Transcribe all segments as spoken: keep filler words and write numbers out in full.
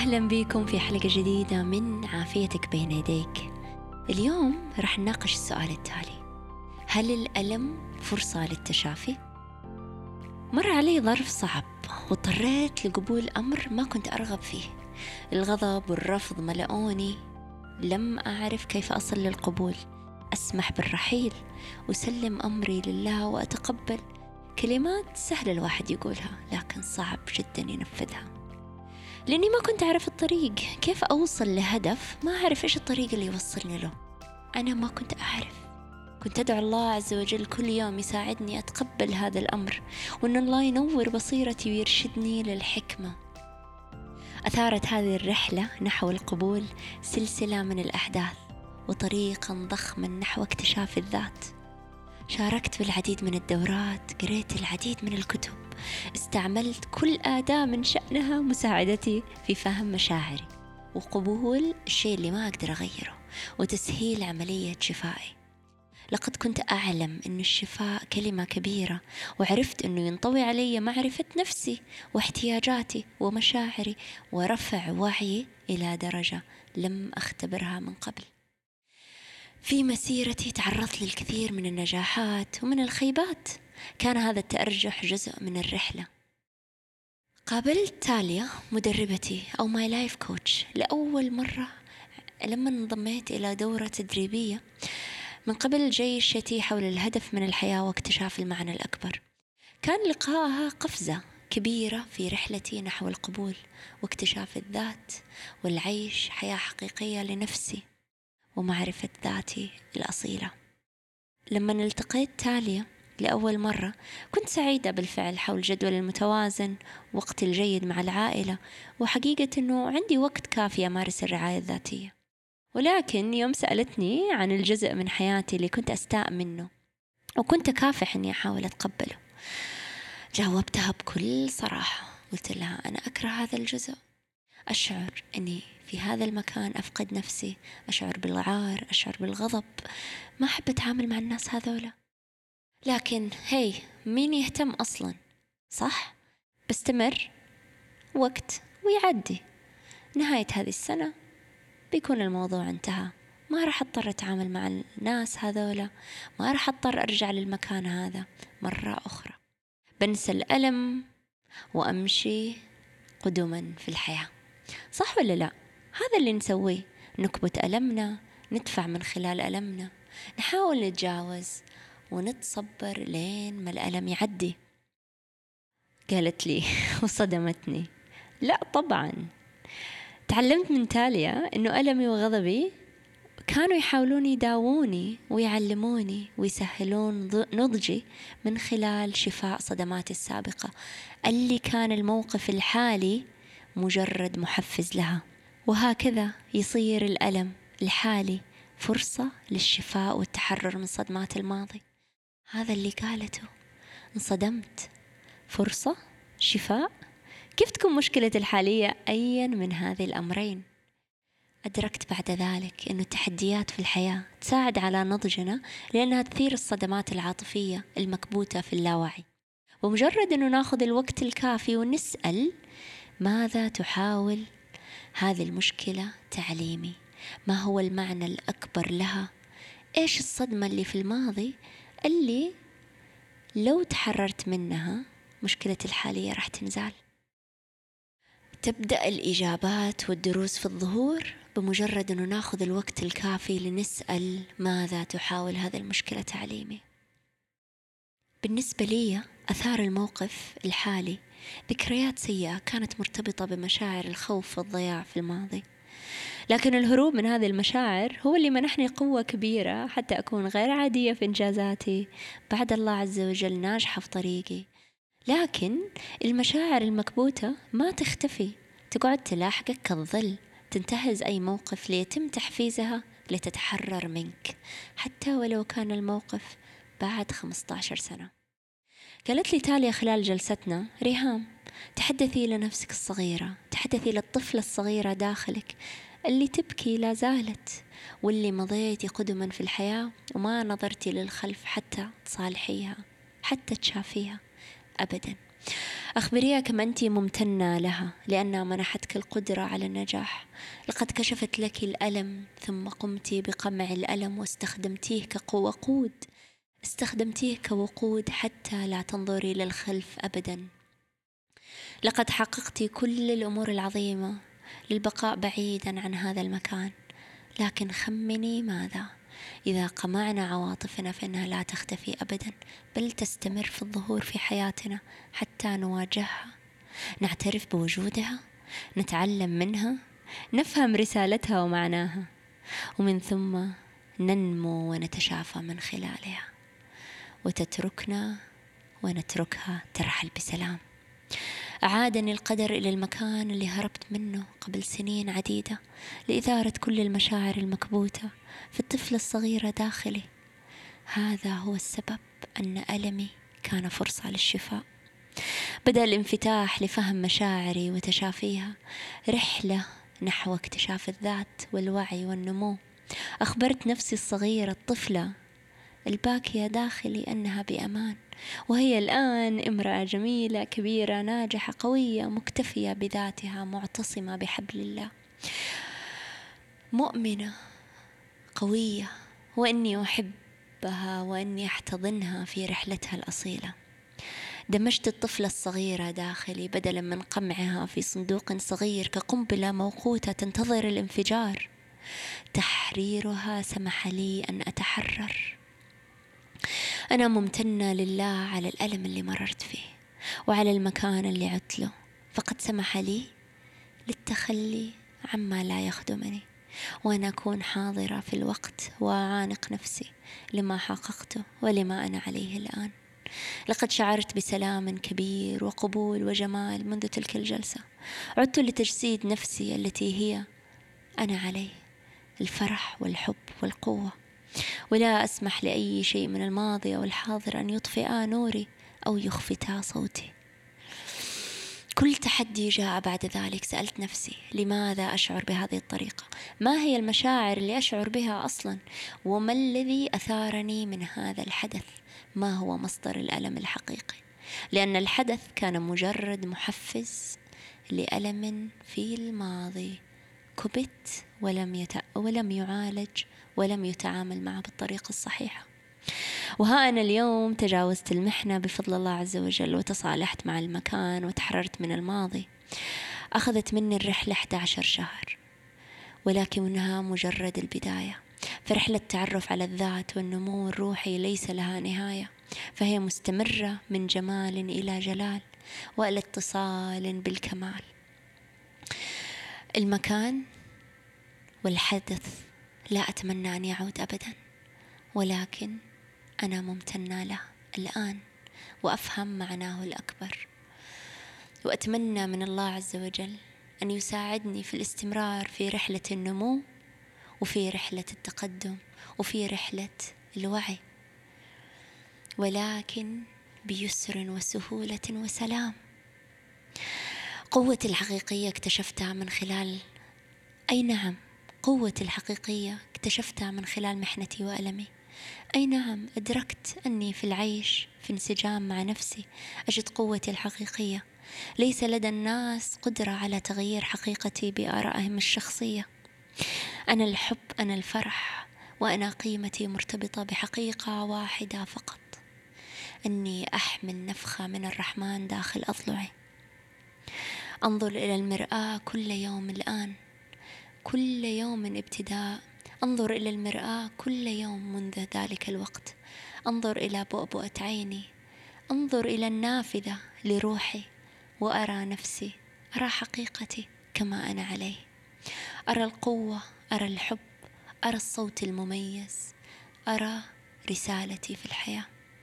أهلا بكم في حلقة جديدة من عافيتك بين يديك. اليوم رح نناقش السؤال التالي: هل الألم فرصة للتشافي؟ مر علي ظرف صعب واضطريت لقبول أمر ما كنت أرغب فيه. الغضب والرفض ملأوني، لم أعرف كيف أصل للقبول. أسمح بالرحيل وسلم أمري لله وأتقبل. كلمات سهل الواحد يقولها لكن صعب جدا ينفذها، لأني ما كنت أعرف الطريق. كيف أوصل لهدف ما أعرف إيش الطريق اللي يوصلني له؟ أنا ما كنت أعرف. كنت أدعو الله عز وجل كل يوم يساعدني أتقبل هذا الأمر، وأن الله ينور بصيرتي ويرشدني للحكمة. أثارت هذه الرحلة نحو القبول سلسلة من الأحداث وطريقا ضخما نحو اكتشاف الذات. شاركت بالعديد من الدورات، قريت العديد من الكتب، استعملت كل أداة من شأنها مساعدتي في فهم مشاعري وقبول الشيء اللي ما أقدر أغيره وتسهيل عملية شفائي. لقد كنت أعلم أن الشفاء كلمة كبيرة، وعرفت أنه ينطوي علي معرفة نفسي واحتياجاتي ومشاعري ورفع وعي إلى درجة لم أختبرها من قبل. في مسيرتي تعرضت للكثير من النجاحات ومن الخيبات، كان هذا التأرجح جزء من الرحلة. قابلت تاليا مدربتي أو ماي لايف كوتش لأول مرة لما انضميت إلى دورة تدريبية من قبل جيش شتي حول الهدف من الحياة واكتشاف المعنى الأكبر. كان لقائها قفزة كبيرة في رحلتي نحو القبول واكتشاف الذات والعيش حياة حقيقية لنفسي ومعرفة ذاتي الأصيلة. لما التقيت تاليا لأول مرة كنت سعيدة بالفعل حول جدول المتوازن، وقتي الجيد مع العائلة، وحقيقة أنه عندي وقت كافي أمارس الرعاية الذاتية. ولكن يوم سألتني عن الجزء من حياتي اللي كنت أستاء منه وكنت أكافح أني أحاول أتقبله، جاوبتها بكل صراحة. قلت لها أنا أكره هذا الجزء، أشعر أني في هذا المكان أفقد نفسي، أشعر بالعار، أشعر بالغضب، ما أحب أتعامل مع الناس هذولا. لكن هي مين يهتم أصلا؟ صح؟ بستمر وقت ويعدي، نهاية هذه السنة بيكون الموضوع انتهى، ما راح أضطر أتعامل مع الناس هذولا، ما راح أضطر أرجع للمكان هذا مرة أخرى. بنسى الألم وأمشي قدما في الحياة. صح ولا لا؟ هذا اللي نسويه، نكبت ألمنا، ندفع من خلال ألمنا، نحاول نتجاوز ونتصبر لين ما الألم يعدي. قالت لي وصدمتني: لا طبعا. تعلمت من تاليا أنه ألمي وغضبي كانوا يحاولون يداووني ويعلموني ويسهلون نضجي من خلال شفاء صدماتي السابقة، اللي كان الموقف الحالي مجرد محفز لها. وهكذا يصير الألم الحالي فرصة للشفاء والتحرر من صدمات الماضي. هذا اللي قالته، انصدمت. فرصة، شفاء. كيف تكون مشكلتي الحالية أيا من هذه الأمرين؟ أدركت بعد ذلك أن التحديات في الحياة تساعد على نضجنا، لأنها تثير الصدمات العاطفية المكبوتة في اللاوعي. ومجرد أنه ناخذ الوقت الكافي ونسأل ماذا تحاول هذه المشكلة تعليمي؟ ما هو المعنى الأكبر لها؟ إيش الصدمة اللي في الماضي اللي لو تحررت منها مشكلة الحالية راح تنزال؟ تبدأ الإجابات والدروس في الظهور بمجرد أنه ناخذ الوقت الكافي لنسأل ماذا تحاول هذه المشكلة تعليمي. بالنسبة لي أثار الموقف الحالي ذكريات سيئة كانت مرتبطة بمشاعر الخوف والضياع في الماضي، لكن الهروب من هذه المشاعر هو اللي منحني قوة كبيرة حتى أكون غير عادية في إنجازاتي، بعد الله عز وجل ناجحة في طريقي. لكن المشاعر المكبوتة ما تختفي، تقعد تلاحقك كالظل، تنتهز أي موقف ليتم تحفيزها لتتحرر منك، حتى ولو كان الموقف بعد خمسة عشر سنة. قالت لي تاليا خلال جلستنا: ريهام، تحدثي لنفسك الصغيرة، تحدثي للطفلة الصغيرة داخلك اللي تبكي لا زالت، واللي مضيتي قدما في الحياة وما نظرتي للخلف حتى تصالحيها، حتى تشافيها أبدا. أخبريها كم أنت ممتنة لها لأنها منحتك القدرة على النجاح. لقد كشفت لك الألم ثم قمت بقمع الألم واستخدمتيه كوقود، استخدمتيه كوقود حتى لا تنظري للخلف أبدا. لقد حققت كل الأمور العظيمة للبقاء بعيدا عن هذا المكان، لكن خمني ماذا؟ إذا قمعنا عواطفنا فإنها لا تختفي أبدا، بل تستمر في الظهور في حياتنا حتى نواجهها، نعترف بوجودها، نتعلم منها، نفهم رسالتها ومعناها، ومن ثم ننمو ونتشافى من خلالها، وتتركنا ونتركها ترحل بسلام. أعادني القدر إلى المكان اللي هربت منه قبل سنين عديدة لإثارة كل المشاعر المكبوتة في الطفلة الصغيرة داخلي. هذا هو السبب أن ألمي كان فرصة للشفاء. بدأ الانفتاح لفهم مشاعري وتشافيها، رحلة نحو اكتشاف الذات والوعي والنمو. أخبرت نفسي الصغيرة الطفلة الباكية داخلي أنها بأمان، وهي الآن امرأة جميلة كبيرة ناجحة قوية مكتفية بذاتها معتصمة بحبل الله، مؤمنة قوية، وأني أحبها وأني أحتضنها في رحلتها الأصيلة. دمجت الطفلة الصغيرة داخلي بدلا من قمعها في صندوق صغير كقنبلة موقوتة تنتظر الانفجار. تحريرها سمح لي أن أتحرر. أنا ممتنة لله على الألم اللي مررت فيه وعلى المكان اللي عدت له، فقد سمح لي للتخلي عما لا يخدمني، وأن أكون حاضرة في الوقت وأعانق نفسي لما حققته ولما أنا عليه الآن. لقد شعرت بسلام كبير وقبول وجمال منذ تلك الجلسة. عدت لتجسيد نفسي التي هي أنا عليه، الفرح والحب والقوة، ولا أسمح لأي شيء من الماضي أو الحاضر أن يطفئ نوري أو يخفتا صوتي. كل تحدي جاء بعد ذلك سألت نفسي لماذا أشعر بهذه الطريقة؟ ما هي المشاعر اللي أشعر بها أصلا؟ وما الذي أثارني من هذا الحدث؟ ما هو مصدر الألم الحقيقي؟ لأن الحدث كان مجرد محفز لألم في الماضي كبت ولم, يت... ولم يعالج ولم يتعامل معه بالطريقة الصحيحة. وها أنا اليوم تجاوزت المحنة بفضل الله عز وجل، وتصالحت مع المكان وتحررت من الماضي. أخذت مني الرحلة أحد عشر شهر، ولكنها مجرد البداية. فرحلة التعرف على الذات والنمو الروحي ليس لها نهاية، فهي مستمرة من جمال إلى جلال وإلى اتصال بالكمال. المكان والحدث لا أتمنى أن يعود أبدا، ولكن أنا ممتنة له الآن وأفهم معناه الأكبر، وأتمنى من الله عز وجل أن يساعدني في الاستمرار في رحلة النمو وفي رحلة التقدم وفي رحلة الوعي، ولكن بيسر وسهولة وسلام. قوتي الحقيقية اكتشفتها من خلال أي نعم قوتي الحقيقية اكتشفتها من خلال محنتي وألمي. أي نعم أدركت أني في العيش في انسجام مع نفسي أجد قوتي الحقيقية. ليس لدى الناس قدرة على تغيير حقيقتي بآرائهم الشخصية. أنا الحب، أنا الفرح، وأنا قيمتي مرتبطة بحقيقة واحدة فقط، أني أحمل نفخة من الرحمن داخل أضلعي. أنظر إلى المرآة كل يوم الآن، كل يوم من ابتداء أنظر إلى المرآة كل يوم منذ ذلك الوقت. أنظر إلى بؤبؤة عيني، أنظر إلى النافذة لروحي وأرى نفسي، أرى حقيقتي كما أنا عليه. أرى القوة، أرى الحب، أرى الصوت المميز، أرى رسالتي في الحياة.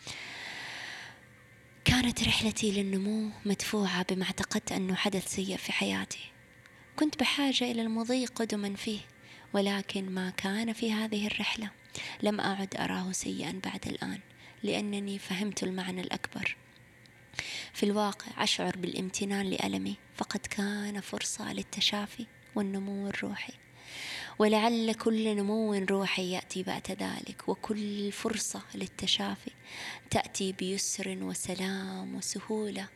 كانت رحلتي للنمو مدفوعة بما اعتقدت أنه حدث سيء في حياتي. كنت بحاجة إلى المضي قدما فيه، ولكن ما كان في هذه الرحلة لم أعد أراه سيئا بعد الآن، لأنني فهمت المعنى الأكبر. في الواقع أشعر بالامتنان لألمي، فقد كان فرصة للتشافي والنمو الروحي، ولعل كل نمو روحي يأتي بعد ذلك، وكل فرصة للتشافي تأتي بيسر وسلام وسهولة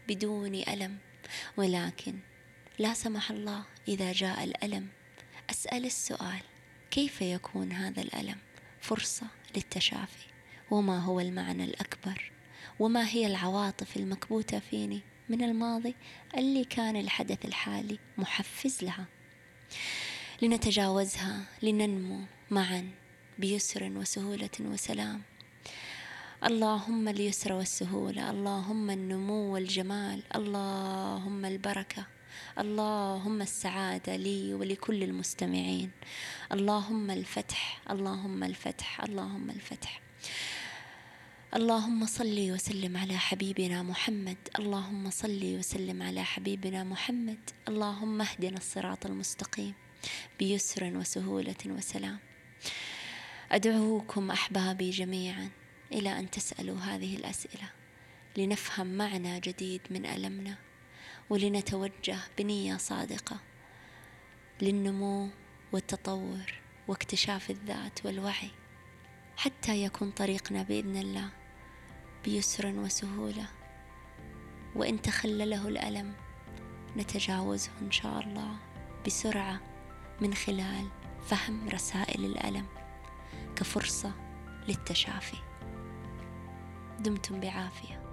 بدون ألم، ولكن لا سمح الله إذا جاء الألم أسأل السؤال: كيف يكون هذا الألم فرصة للتشافي؟ وما هو المعنى الأكبر؟ وما هي العواطف المكبوتة فيني من الماضي اللي كان الحدث الحالي محفز لها؟ لنتجاوزها، لننمو معا بيسر وسهولة وسلام. اللهم اليسر والسهولة، اللهم النمو والجمال، اللهم البركة، اللهم السعادة لي ولكل المستمعين، اللهم الفتح، اللهم الفتح، اللهم الفتح. اللهم صل وسلم على حبيبنا محمد، اللهم صل وسلم على حبيبنا محمد. اللهم اهدنا الصراط المستقيم بيسر وسهولة وسلام. أدعوكم أحبابي جميعا إلى أن تسألوا هذه الأسئلة لنفهم معنى جديد من ألمنا، ولنتوجه بنية صادقة للنمو والتطور واكتشاف الذات والوعي، حتى يكون طريقنا بإذن الله بيسر وسهولة، وإن تخلله الألم نتجاوزه إن شاء الله بسرعة من خلال فهم رسائل الألم كفرصة للتشافي. دمتم بعافية.